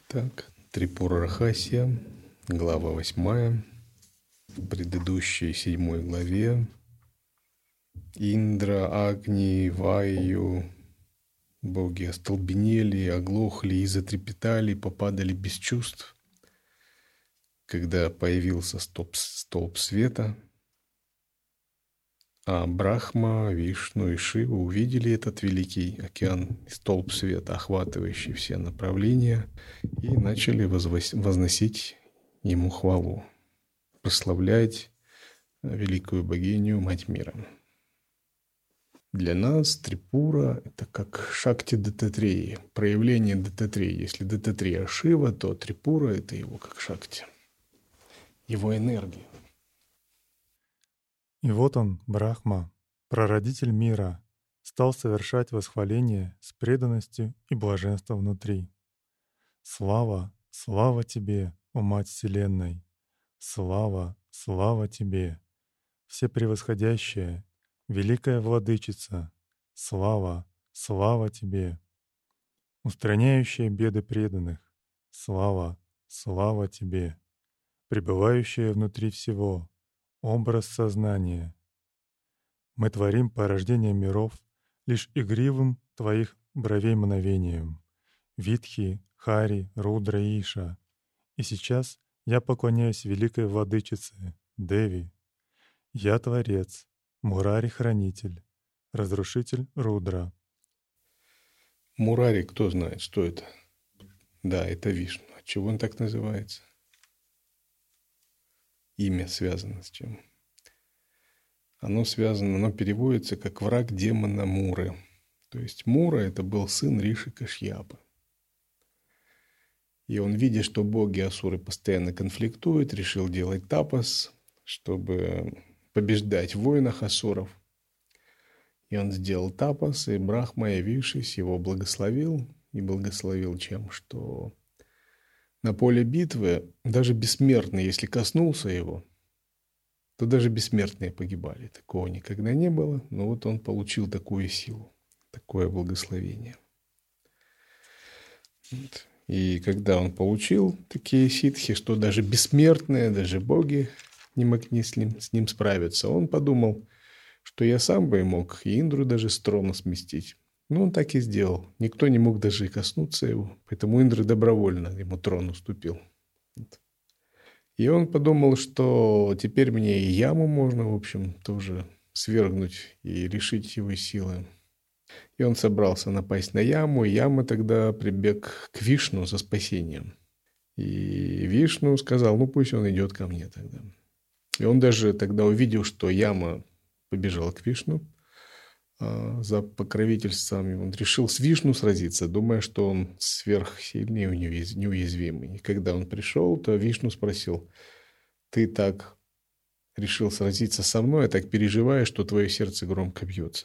Так, Трипура Рахасия, глава 8. В предыдущей 7 главе Индра, Агни, Ваю, боги остолбенели, оглохли и затрепетали, попадали без чувств, когда появился столб света. А Брахма, Вишну и Шива увидели этот великий океан, столб света, охватывающий все направления, и начали возносить ему хвалу, прославлять великую богиню, мать мира. Для нас Трипура — это как Шакти Дататреи, проявление Дататреи. Если Дататрея Шива, то Трипура — это его как Шакти, его энергия. И вот он, Брахма, прародитель мира, стал совершать восхваление с преданностью и блаженством внутри. Слава, слава тебе, о Мать Вселенной! Слава, слава тебе, Всепревосходящая, Великая Владычица! Слава, слава тебе, устраняющая беды преданных! Слава, слава тебе, пребывающая внутри всего, образ сознания. Мы творим порождение миров лишь игривым твоих бровей мгновением. Витхи, Хари, Рудра и Иша. И сейчас я поклоняюсь великой владычице, Деви. Я Творец, Мурари-хранитель, разрушитель Рудра. Мурари, кто знает, что это? Да, это Вишну. От чего он так называется? Имя связано с чем? Оно переводится как враг демона Муры. То есть Мура — это был сын Риши Кашьяпы. И он, видя, что боги асуры постоянно конфликтуют, решил делать тапас, чтобы побеждать в войнах асуров. И он сделал тапас, и Брахма, явившись, его благословил. И благословил чем? Что на поле битвы даже бессмертный, если коснулся его, то даже бессмертные погибали. Такого никогда не было, но вот он получил такую силу, такое благословение. Вот. И когда он получил такие ситхи, что даже бессмертные, даже боги не могли с ним справиться, он подумал, что я сам бы мог и Индру даже с трона сместить. Ну, он так и сделал. Никто не мог даже и коснуться его, поэтому Индра добровольно ему трон уступил. И он подумал, что теперь мне и Яму можно, в общем, тоже свергнуть и решить его силы. И он собрался напасть на Яму, и Яма тогда прибег к Вишну за спасением. И Вишну сказал, ну пусть он идет ко мне тогда. И он даже тогда увидел, что Яма побежал к Вишну за покровительством. Он решил с Вишну сразиться, думая, что он сверхсильный и неуязвимый. И когда он пришел, то Вишну спросил, ты так решил сразиться со мной, я так переживаю, что твое сердце громко бьется.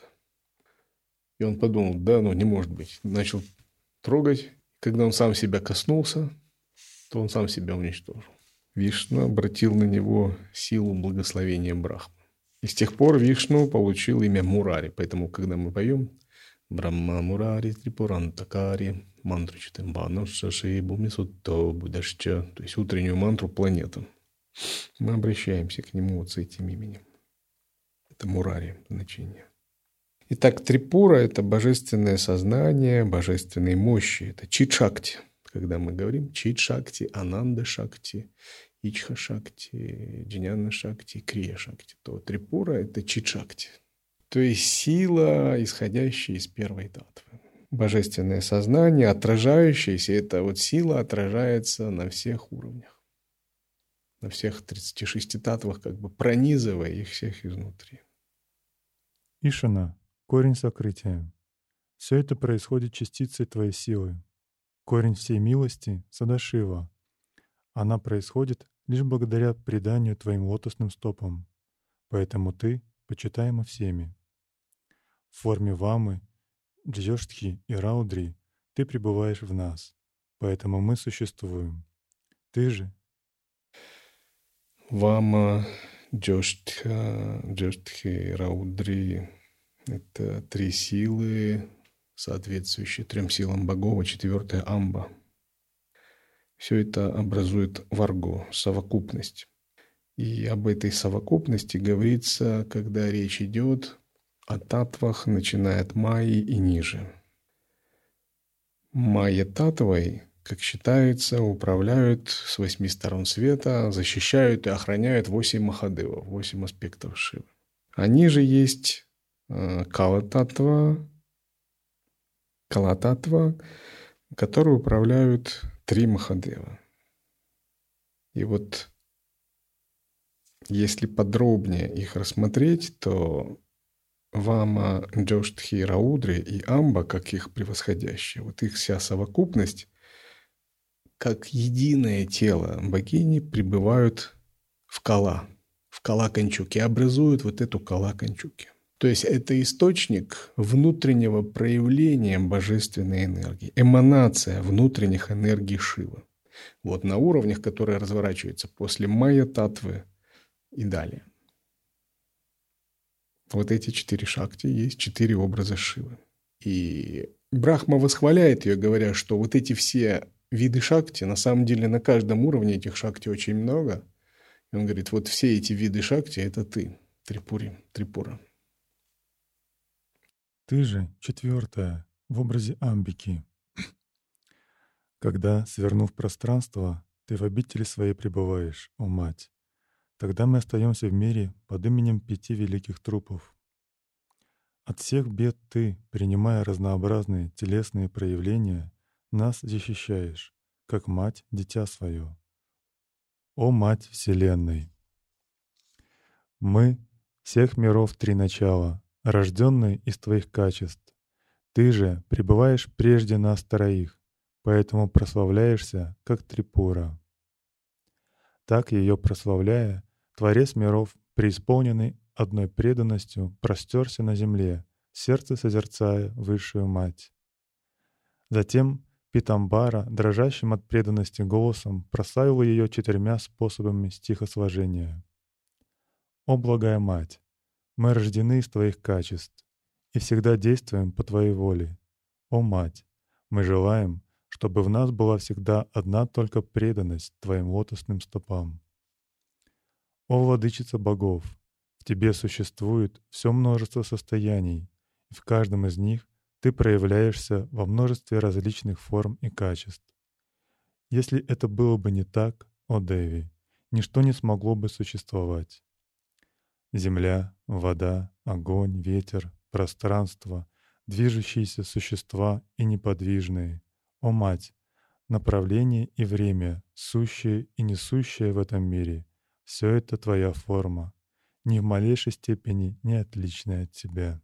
И он подумал, да, ну не может быть. Начал трогать. Когда он сам себя коснулся, то он сам себя уничтожил. Вишну обратил на него силу благословения Брахмы. И с тех пор Вишну получил имя Мурари. Поэтому, когда мы поем Брахма Мурари Трипурантакари, мантру Читамбану Шаши Бумисутто Будашча, то есть утреннюю мантру планеты, мы обращаемся к нему вот с этим именем. Это Мурари значение. Итак, Трипура — это божественное сознание, божественной мощи. Это Чит-шакти. Когда мы говорим Чит-шакти, Ананда-шакти, Ичха-шакти, Джняна-шакти, Крия-шакти, то Трипура — это Чит-шакти. То есть сила, исходящая из первой татвы. Божественное сознание, отражающееся, эта вот сила отражается на всех уровнях. На всех 36 татвах, как бы пронизывая их всех изнутри. Ишана — корень сокрытия. Все это происходит частицей твоей силы. Корень всей милости — Садашива. Она происходит лишь благодаря преданию твоим лотосным стопам. Поэтому ты почитаема всеми. В форме Вамы, Джьоштхи и Раудри ты пребываешь в нас. Поэтому мы существуем. Ты же Вама, Джоштхи, Раудри — это 3 силы, соответствующие 3 силам богов, а 4-я Амба. Все это образует варгу, совокупность. И об этой совокупности говорится, когда речь идет о татвах, начиная от майи и ниже. Майя татвой, как считается, управляют с 8 сторон света, защищают и охраняют 8 махадевов, 8 аспектов Шивы. А ниже есть кала-татва, которые управляют 3 махадева. И вот если подробнее их рассмотреть, то Вама, Джоштхи, Раудри и Амба, как их превосходящие, вот их вся совокупность, как единое тело богини, пребывают в Кала-Канчуке, образуют вот эту Кала-Канчуки. То есть это источник внутреннего проявления божественной энергии, эманация внутренних энергий Шивы. Вот на уровнях, которые разворачиваются после майя-татвы и далее. Вот эти 4 шакти есть 4 образа Шивы. И Брахма восхваляет ее, говоря, что вот эти все виды шакти, на самом деле на каждом уровне этих шакти очень много. И он говорит, вот все эти виды шакти – это ты, Трипура. Ты же 4 в образе Амбики. Когда, свернув пространство, ты в обители своей пребываешь, о Мать, тогда мы остаемся в мире под именем 5 великих трупов. От всех бед ты, принимая разнообразные телесные проявления, нас защищаешь, как Мать дитя свое. О Мать Вселенной! Мы всех миров 3 начала, рожденные из Твоих качеств. Ты же пребываешь прежде нас 3, поэтому прославляешься, как Трипура. Так ее прославляя, Творец миров, преисполненный одной преданностью, простерся на земле, в сердце созерцая Высшую Мать. Затем Питамбара, дрожащим от преданности голосом, прославила ее 4 способами стихосложения. «О благая Мать, мы рождены из Твоих качеств и всегда действуем по Твоей воле. О Мать, мы желаем, чтобы в нас была всегда одна только преданность Твоим лотосным стопам. О Владычица богов, в Тебе существует все множество состояний, и в каждом из них Ты проявляешься во множестве различных форм и качеств. Если это было бы не так, о Деви, ничто не смогло бы существовать. Земля, вода, огонь, ветер, пространство, движущиеся существа и неподвижные. О Мать, направление и время, сущее и несущее в этом мире, все это Твоя форма, ни в малейшей степени не отличная от Тебя.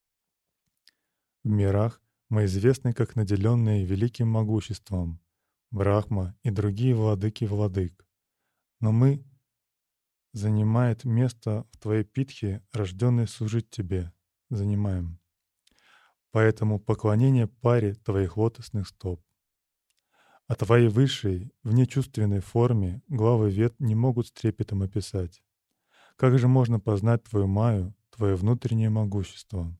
В мирах мы известны как наделенные великим могуществом, Брахма и другие владыки владык, но мы занимает место в Твоей питхе, рожденной служить Тебе, занимаем. Поэтому поклонение паре Твоих лотосных стоп. О Твоей высшей, внечувственной форме главы Вед не могут с трепетом описать. Как же можно познать Твою Майю, Твое внутреннее могущество?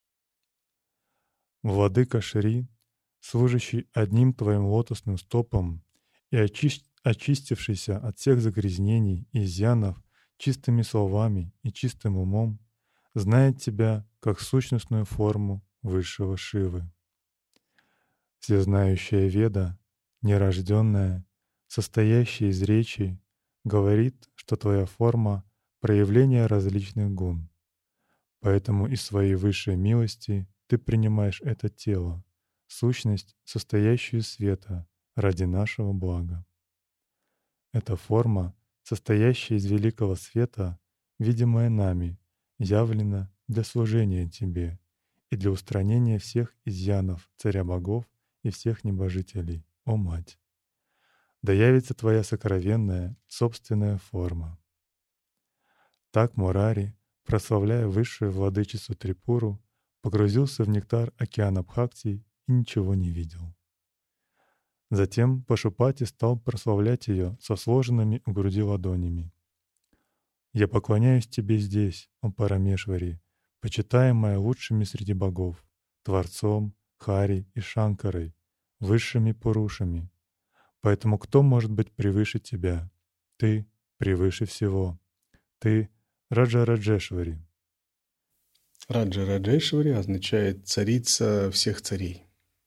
Владыка Шри, служащий одним Твоим лотосным стопом и очистившийся от всех загрязнений и изъянов чистыми словами и чистым умом, знает Тебя как сущностную форму высшего Шивы. Всезнающая Веда, нерожденная, состоящая из речи, говорит, что Твоя форма — проявление различных гун. Поэтому из своей высшей милости Ты принимаешь это тело, сущность, состоящую из света, ради нашего блага. Эта форма, состоящая из великого света, видимая нами, явлена для служения Тебе и для устранения всех изъянов царя богов и всех небожителей, о Мать. Да явится Твоя сокровенная, собственная форма. Так Мурари, прославляя высшую владычицу Трипуру, погрузился в нектар океана Бхакти и ничего не видел. Затем Пашупати стал прославлять ее со сложенными у груди ладонями. «Я поклоняюсь Тебе здесь, о Парамешвари, почитаемая лучшими среди богов, Творцом, Хари и Шанкарой, высшими Пурушами. Поэтому кто может быть превыше тебя? Ты превыше всего. Ты Раджа Раджешвари. Раджа Раджешвари означает «царица всех царей».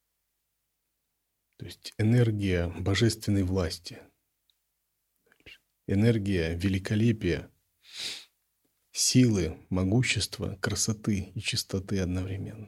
То есть энергия божественной власти, энергия великолепия, силы, могущества, красоты и чистоты одновременно.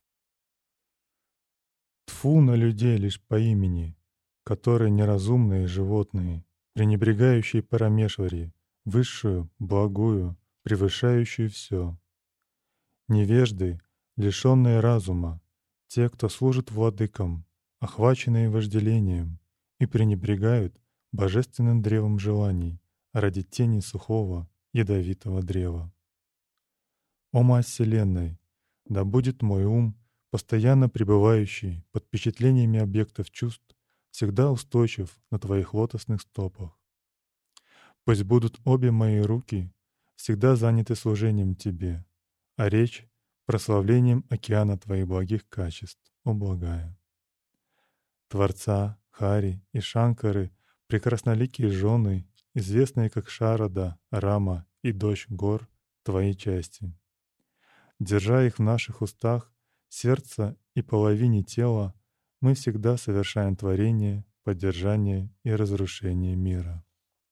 Тфу на людей лишь по имени, которые неразумные животные, пренебрегающие Парамешвари, высшую, благую, превышающую все. Невежды, лишенные разума, те, кто служит владыкам, охваченные вожделением и пренебрегают божественным древом желаний ради тени сухого, ядовитого древа. О Мать Вселенной, да будет мой ум, постоянно пребывающий под впечатлениями объектов чувств, всегда устойчив на Твоих лотосных стопах. Пусть будут обе мои руки всегда заняты служением Тебе, а речь — прославлением океана Твоих благих качеств, о благая. Творца, Хари и Шанкары, прекрасноликие жены, известные как Шарада, Рама и дочь гор, Твои части. Держа их в наших устах, сердце и половине тела, мы всегда совершаем творение, поддержание и разрушение мира.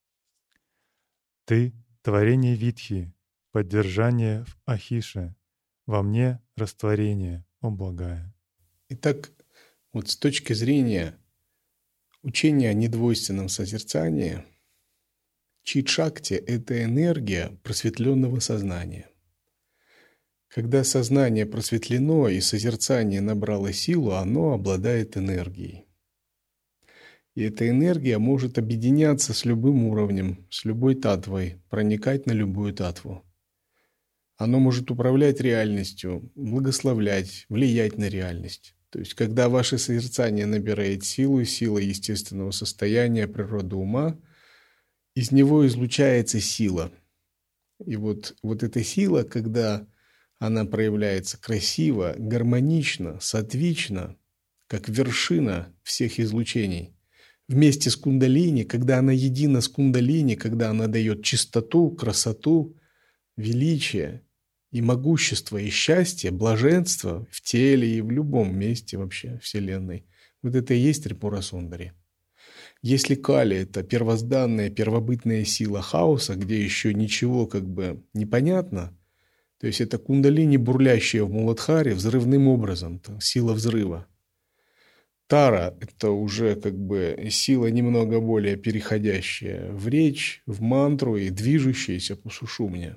Ты — творение Витхи, поддержание в Ахише, во мне — растворение, о благая. Итак, вот с точки зрения учения о недвойственном созерцании, чит-шакти – это энергия просветленного сознания. Когда сознание просветлено и созерцание набрало силу, оно обладает энергией. И эта энергия может объединяться с любым уровнем, с любой татвой, проникать на любую татву. Оно может управлять реальностью, благословлять, влиять на реальность. То есть, когда ваше созерцание набирает силу, сила естественного состояния, природы ума, из него излучается сила. И вот эта сила, когда она проявляется красиво, гармонично, сатвично, как вершина всех излучений. Вместе с кундалини, когда она едина с кундалини, когда она дает чистоту, красоту, величие и могущество, и счастье, блаженство в теле и в любом месте вообще Вселенной. Вот это и есть Трипура Сундари. Если Кали – это первозданная, первобытная сила хаоса, где еще ничего как бы непонятно, то есть это кундалини, бурлящая в Муладхаре взрывным образом, сила взрыва. Тара – это уже как бы сила немного более переходящая в речь, в мантру и движущаяся по сушумне.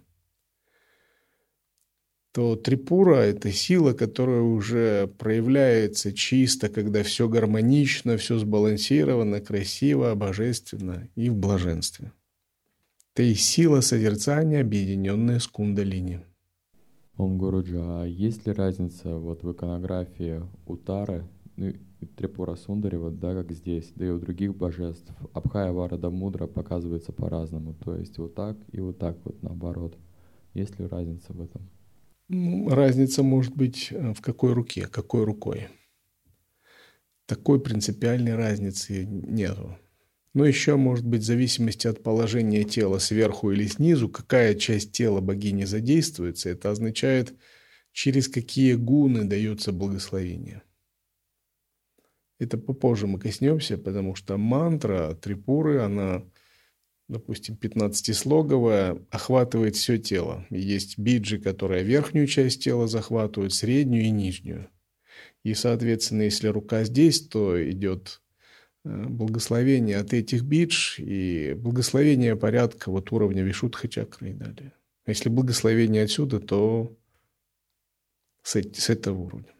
То Трипура – это сила, которая уже проявляется чисто, когда все гармонично, все сбалансировано, красиво, божественно и в блаженстве. Это и сила созерцания, объединенная с кундалини. Ом Гуруджи, а есть ли разница вот в иконографии у Тары, ну и Трипура Сундари, вот, да, как здесь, да и у других божеств, Абхая Варада Мудра показывается по-разному, то есть вот так и вот так вот наоборот. Есть ли разница в этом? Разница может быть в какой руке, какой рукой. Такой принципиальной разницы нету. Но еще может быть в зависимости от положения тела сверху или снизу, какая часть тела богини задействуется. Это означает, через какие гуны дается благословение. Это попозже мы коснемся, потому что мантра Трипуры, она, допустим, 15-слоговая, охватывает все тело. И есть биджи, которая верхнюю часть тела захватывает, среднюю и нижнюю. И, соответственно, если рука здесь, то идет благословение от этих бидж и благословение порядка вот уровня Вишудха чакры и далее. А если благословение отсюда, то с этого уровня.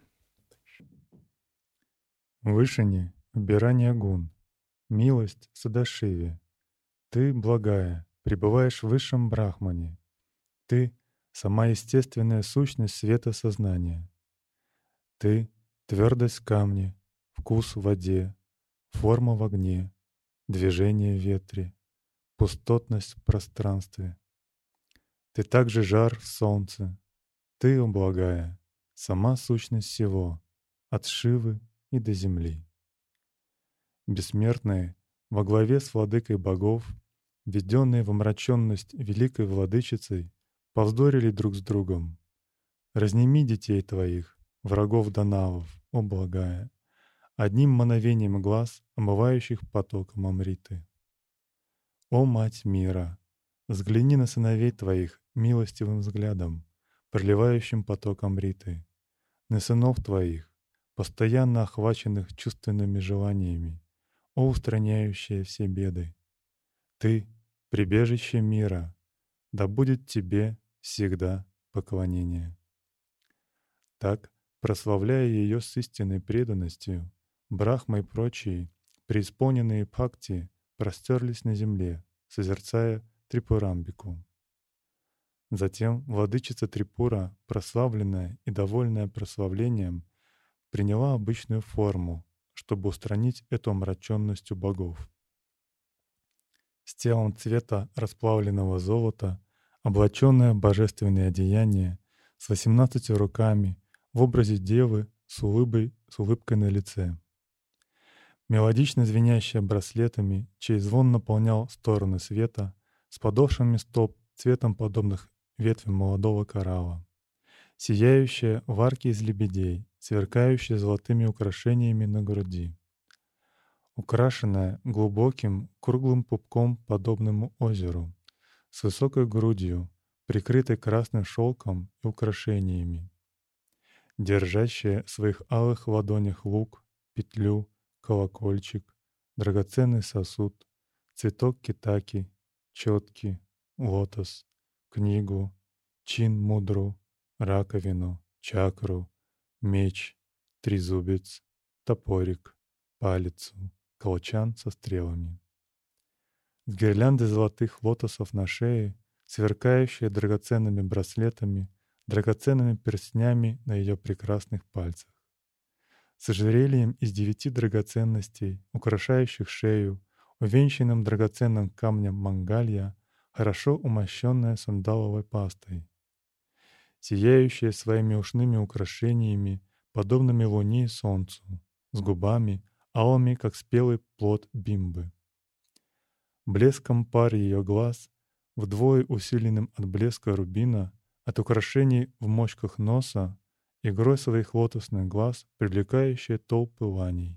Вышини — убирание гун, милость Садашиве. Ты, благая, пребываешь в высшем брахмане. Ты — сама естественная сущность света сознания. Ты — твердость в камне, вкус в воде, форма в огне, движение в ветре, пустотность в пространстве. Ты также жар в солнце. Ты, о благая, сама сущность всего, от Шивы и до земли. Бессмертные, во главе с владыкой богов, введенные в омраченность великой владычицей, повздорили друг с другом. Разнеми детей твоих, врагов Данавов, о благая, одним мановением глаз, омывающих потоком Амриты. О Мать мира, взгляни на сыновей твоих милостивым взглядом, проливающим поток Амриты, на сынов твоих, постоянно охваченных чувственными желаниями, о устраняющая все беды. Ты — прибежище мира, да будет тебе всегда поклонение. Так, прославляя ее с истинной преданностью, Брахма и прочие, преисполненные бхакти, простерлись на земле, созерцая Трипурамбику. Затем владычица Трипура, прославленная и довольная прославлением, приняла обычную форму, чтобы устранить эту омраченность у богов. С телом цвета расплавленного золота, облаченная в божественные одеяния, с 18 руками, в образе девы с улыбкой на лице. Мелодично звенящая браслетами, чей звон наполнял стороны света, с подошвами стоп цветом подобных ветвям молодого коралла. Сияющая в арке из лебедей, сверкающая золотыми украшениями на груди. Украшенная глубоким круглым пупком, подобному озеру, с высокой грудью, прикрытой красным шелком и украшениями. Держащая в своих алых ладонях лук, петлю, колокольчик, драгоценный сосуд, цветок китаки, четки, лотос, книгу, чин-мудру, раковину, чакру, меч, трезубец, топорик, палицу, колчан со стрелами. С гирляндой золотых лотосов на шее, сверкающая драгоценными браслетами, драгоценными перстнями на ее прекрасных пальцах. С ожерельем из 9 драгоценностей, украшающих шею, увенчанным драгоценным камнем мангалья, хорошо умощенная сандаловой пастой. Сияющая своими ушными украшениями, подобными луне и солнцу, с губами, алыми, как спелый плод бимбы. Блеском пар ее глаз, вдвое усиленным от блеска рубина, от украшений в мочках носа, игрой своих лотосных глаз, привлекающая толпы ланей.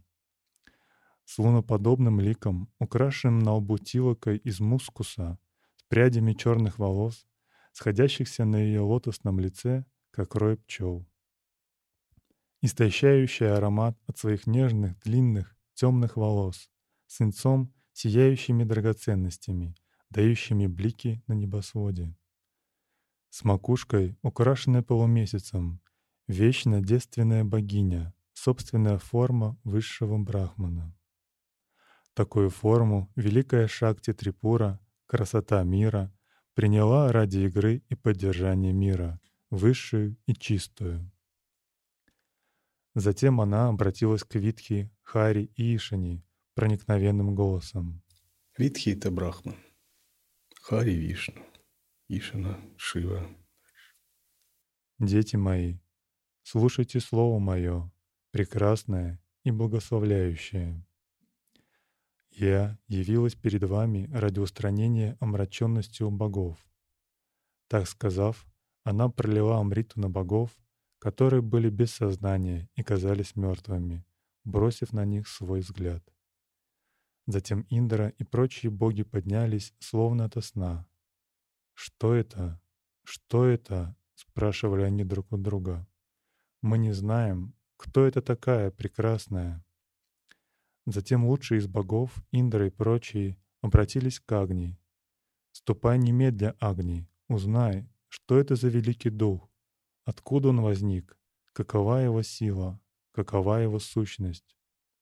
С луноподобным ликом, украшенным на лбу тилокой из мускуса, с прядями черных волос, сходящихся на ее лотосном лице, как рой пчел. Истощающий аромат от своих нежных, длинных, темных волос, свинцом, сияющими драгоценностями, дающими блики на небосводе. С макушкой, украшенной полумесяцем, вечно девственная богиня, собственная форма высшего брахмана. Такую форму великая Шакти Трипура, красота мира, приняла ради игры и поддержания мира, высшую и чистую. Затем она обратилась к Витхи, Хари и Ишани проникновенным голосом. Витхи — это Брахма, Хари — Вишну, Ишана — Шива. Дети мои, слушайте слово мое, прекрасное и благословляющее. Я явилась перед вами ради устранения омраченности у богов. Так сказав, она пролила Амриту на богов, которые были без сознания и казались мертвыми, бросив на них свой взгляд. Затем Индра и прочие боги поднялись, словно ото сна. «Что это? Что это?» — спрашивали они друг у друга. «Мы не знаем, кто это такая прекрасная». Затем лучшие из богов, Индра и прочие, обратились к Агни. «Ступай немедля, Агни, узнай, что это за великий дух, откуда он возник, какова его сила, какова его сущность».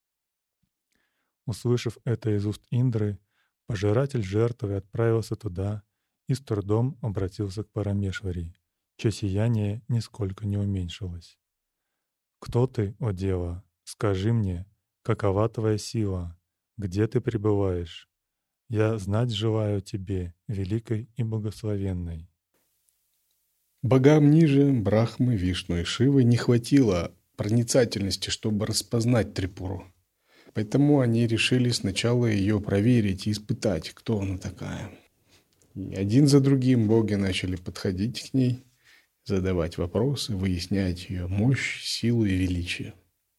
Услышав это из уст Индры, пожиратель жертвы отправился туда и с трудом обратился к Парамешвари, чье сияние нисколько не уменьшилось. «Кто ты, о дева? Скажи мне, какова твоя сила? Где ты пребываешь? Я знать желаю тебе, великой и благословенной». Богам ниже Брахмы, Вишну и Шивы не хватило проницательности, чтобы распознать Трипуру. Поэтому они решили сначала ее проверить и испытать, кто она такая. И один за другим боги начали подходить к ней, задавать вопросы, выяснять ее мощь, силу и величие.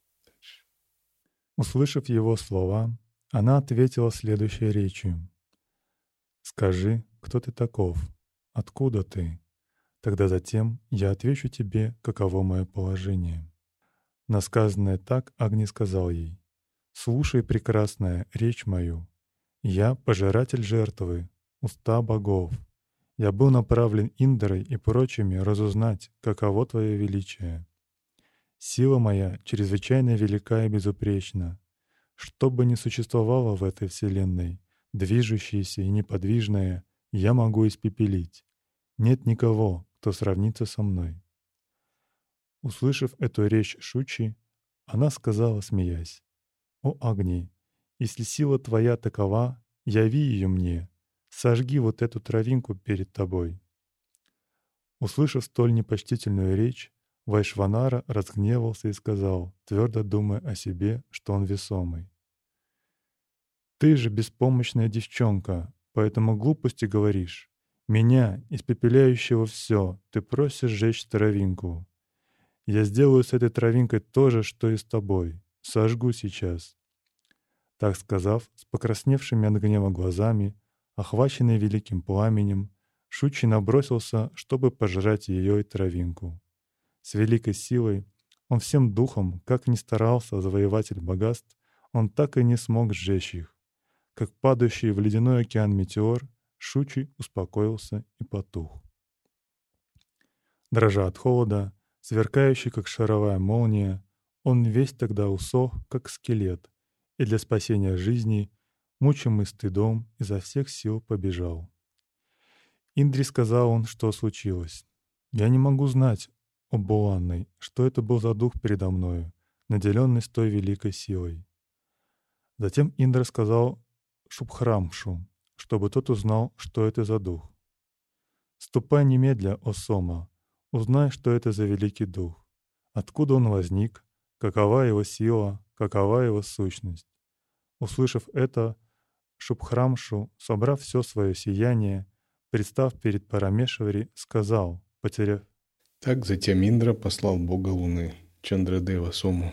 Услышав его слова, она ответила следующей речью. «Скажи, кто ты таков? Откуда ты? Тогда затем я отвечу тебе, каково мое положение». На сказанное так Агни сказал ей. «Слушай, прекрасная, речь мою. Я пожиратель жертвы, уста богов. Я был направлен Индрой и прочими разузнать, каково твое величие. Сила моя чрезвычайно велика и безупречна. Что бы ни существовало в этой вселенной, движущееся и неподвижное, я могу испепелить. Нет никого, кто сравнится со мной». Услышав эту речь Шучи, она сказала, смеясь, «О Агни, если сила твоя такова, яви ее мне, сожги вот эту травинку перед тобой». Услышав столь непочтительную речь, Вайшванара разгневался и сказал, твердо думая о себе, что он весомый. «Ты же беспомощная девчонка, поэтому глупости говоришь. Меня, испепеляющего все, ты просишь сжечь травинку. Я сделаю с этой травинкой то же, что и с тобой. Сожгу сейчас». Так сказав, с покрасневшими от гнева глазами, охваченный великим пламенем, Шучи набросился, чтобы пожрать ее и травинку. С великой силой он всем духом, как ни старался завоеватель богатств, он так и не смог сжечь их. Как падающий в ледяной океан метеор, Шучи успокоился и потух. Дрожа от холода, сверкающий, как шаровая молния, он весь тогда усох, как скелет, и для спасения жизни, мучимый стыдом, изо всех сил побежал. Индре сказал он, что случилось. «Я не могу знать, о Буланной, что это был за дух передо мною, наделенный с той великой силой». Затем Индра сказал Шубхрамшу, чтобы тот узнал, что это за дух. «Ступай немедля, о Сома, узнай, что это за великий дух, откуда он возник, какова его сила, какова его сущность». Услышав это, Шубхрамшу, собрав все свое сияние, представ перед Парамешвари, сказал, потеряв. Так затем Индра послал бога Луны, Чандрадева Сому.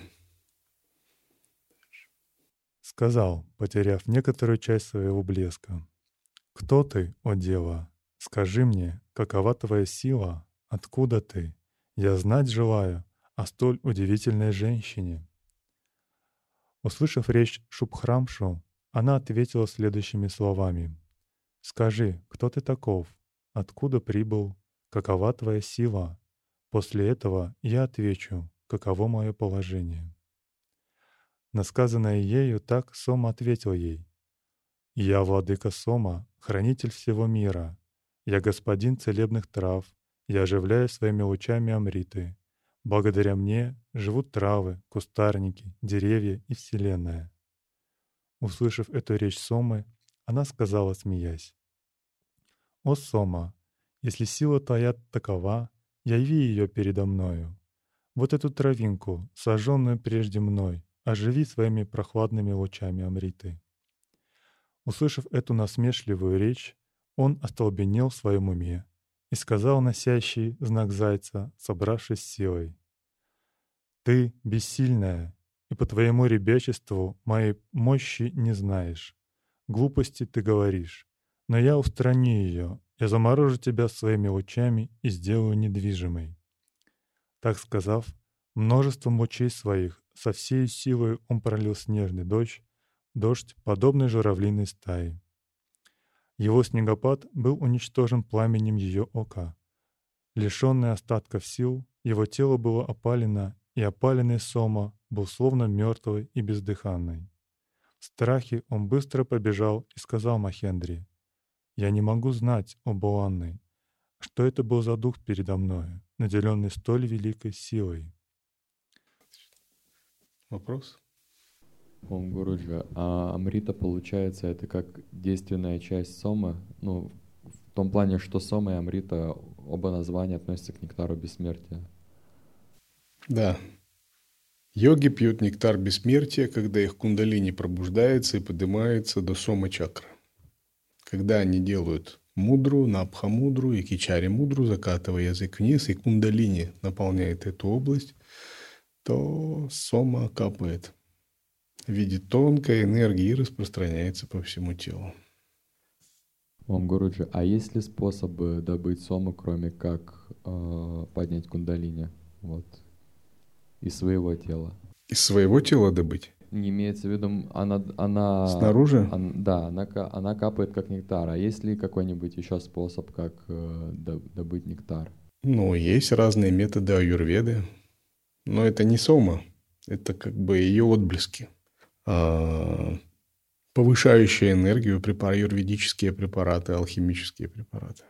Сказал, потеряв некоторую часть своего блеска. «Кто ты, о дева? Скажи мне, какова твоя сила? Откуда ты? Я знать желаю о столь удивительной женщине». Услышав речь Шубхрамшу, она ответила следующими словами. «Скажи, кто ты таков? Откуда прибыл? Какова твоя сила? После этого я отвечу, каково мое положение». На сказанное ею так Сома ответил ей. «Я владыка Сома, хранитель всего мира. Я господин целебных трав. Я оживляю своими лучами Амриты. Благодаря мне живут травы, кустарники, деревья и вселенная». Услышав эту речь Сомы, она сказала, смеясь. «О Сома, если сила твоя такова, яви ее передо мною. Вот эту травинку, сожженную прежде мной, оживи своими прохладными лучами Амриты». Услышав эту насмешливую речь, он остолбенел в своем уме и сказал носящий знак зайца, собравшись силой. «Ты бессильная, и по твоему ребячеству моей мощи не знаешь. Глупости ты говоришь, но я устраню ее, я заморожу тебя своими лучами и сделаю недвижимой». Так сказав, множеством лучей своих со всей силой он пролил снежный дождь, подобный журавлиной стае. Его снегопад был уничтожен пламенем ее ока. Лишенный остатков сил, его тело было опалено, и опаленный Сома был словно мертвый и бездыханный. В страхе он быстро побежал и сказал Махендре: «Я не могу знать, о Буланной, что это был за дух передо мною, наделенный столь великой силой». Вопрос? Ом Гуруджи, а Амрита, получается, это как действенная часть Сомы? Ну, в том плане, что Сома и Йоги пьют нектар бессмертия, когда их кундалини пробуждается и поднимается до сома-чакры. Когда они делают мудру, напха-мудру и кичари-мудру, закатывая язык вниз, и кундалини наполняет эту область, то сома капает в виде тонкой энергии и распространяется по всему телу. Ом Гуруджи, а есть ли способы добыть сому, кроме как поднять кундалини из своего тела? Из своего тела добыть? Не имеется в виду, она снаружи? Да, она капает как нектар. А есть ли какой-нибудь еще способ, как добыть нектар? Есть разные методы аюрведы. Но это не сома. Это как бы ее отблески. Повышающие энергию аюрведические препараты, алхимические препараты.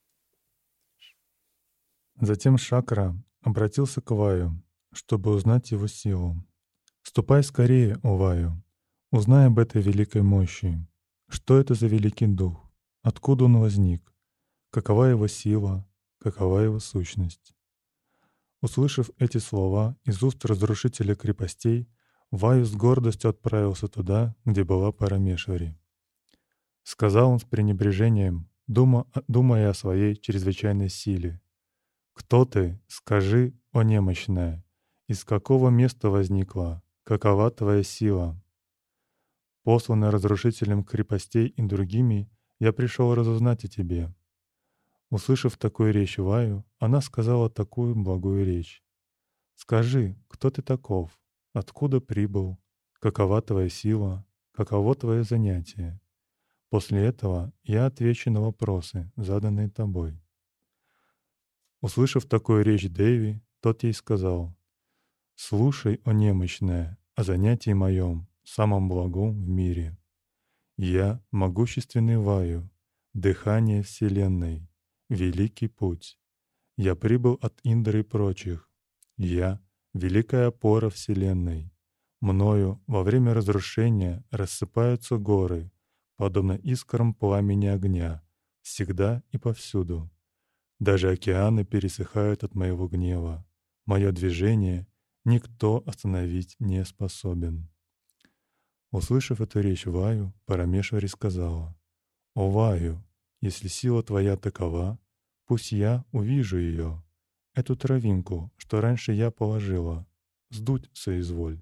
Затем Шакра обратился к Ваю, чтобы узнать его силу. «Ступай скорее, о Ваю, узнай об этой великой мощи. Что это за великий дух? Откуда он возник? Какова его сила? Какова его сущность?» Услышав эти слова из уст разрушителя крепостей, Ваю с гордостью отправился туда, где была Парамешвари. Сказал он с пренебрежением, думая о своей чрезвычайной силе: «Кто ты, скажи, о немощная, из какого места возникла, какова твоя сила? Посланный разрушителем крепостей и другими, я пришел разузнать о тебе». Услышав такую речь Ваю, она сказала такую благую речь: «Скажи, кто ты таков, откуда прибыл, какова твоя сила, каково твое занятие? После этого я отвечу на вопросы, заданные тобой». Услышав такую речь Деви, тот ей сказал: «Слушай, о немощная, о занятии моем, самом благом в мире. Я — могущественный Ваю, дыхание Вселенной, великий путь. Я прибыл от Индры и прочих. Я — великая опора Вселенной. Мною во время разрушения рассыпаются горы, подобно искрам пламени огня, всегда и повсюду. Даже океаны пересыхают от моего гнева. Мое движение никто остановить не способен». Услышав эту речь Ваю, Парамешвари сказала: «О Ваю, если сила твоя такова, пусть я увижу ее, эту травинку, что раньше я положила, сдуть соизволь».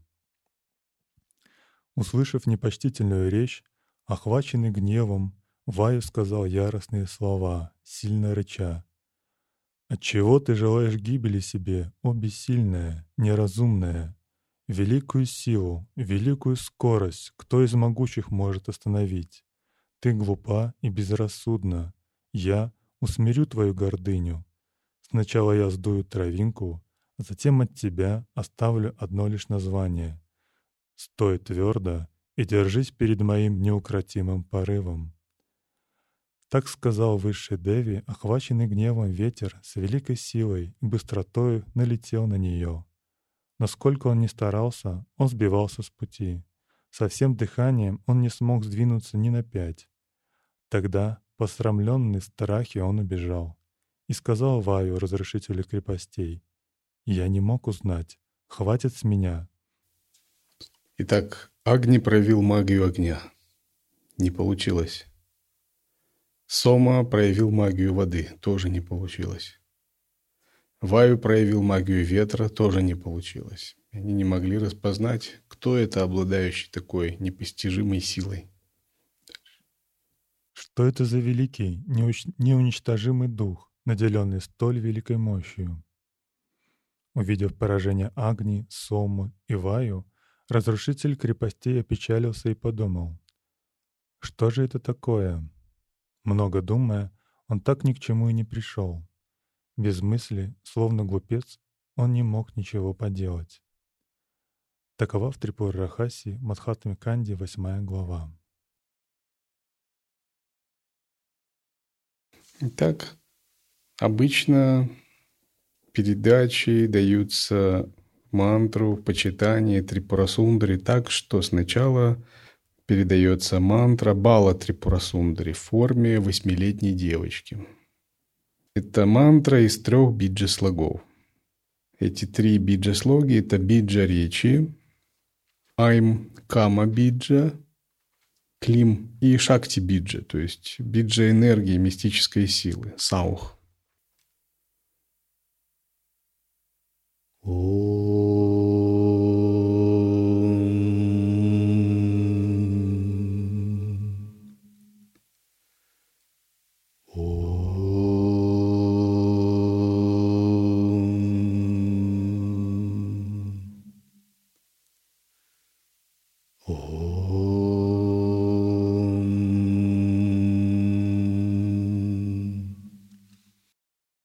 Услышав непочтительную речь, охваченный гневом, Ваю сказал яростные слова, сильно рыча: «Отчего ты желаешь гибели себе, о бессильная, неразумная? Великую силу, великую скорость кто из могучих может остановить? Ты глупа и безрассудна. Я усмирю твою гордыню. Сначала я сдую травинку, а затем от тебя оставлю одно лишь название. Стой твердо и держись перед моим неукротимым порывом». Так сказал высший Деви, охваченный гневом ветер с великой силой и быстротою налетел на нее. Но сколько он ни старался, он сбивался с пути. Со всем дыханием он не смог сдвинуться ни на 5. Тогда, посрамленный в страхе, он убежал и сказал Ваю, разрушителю крепостей: «Я не мог узнать, хватит с меня». Итак, Агни проявил магию огня. Не получилось. Сома проявил магию воды. Тоже не получилось. Ваю проявил магию ветра. Тоже не получилось. Они не могли распознать, кто это, обладающий такой непостижимой силой. Что это за великий, неуничтожимый дух, наделенный столь великой мощью? Увидев поражение Агни, Сомы и Ваю, разрушитель крепостей опечалился и подумал: что же это такое? Много думая, он так ни к чему и не пришел. Без мысли, словно глупец, он не мог ничего поделать. Такова в Трипура-Рахаси, Мадхатмиканде, 8 глава. Итак, обычно передачи даются мантру в почитании Трипура-Сундари так, что сначала передается мантра Бала Трипура-Сундари в форме 8-летней девочки. Это мантра из 3 биджа-слогов. Эти 3 биджа-слоги – это биджа речи, айм кама биджа, клим и шакти биджа, то есть биджа энергии, мистической силы, саух. О.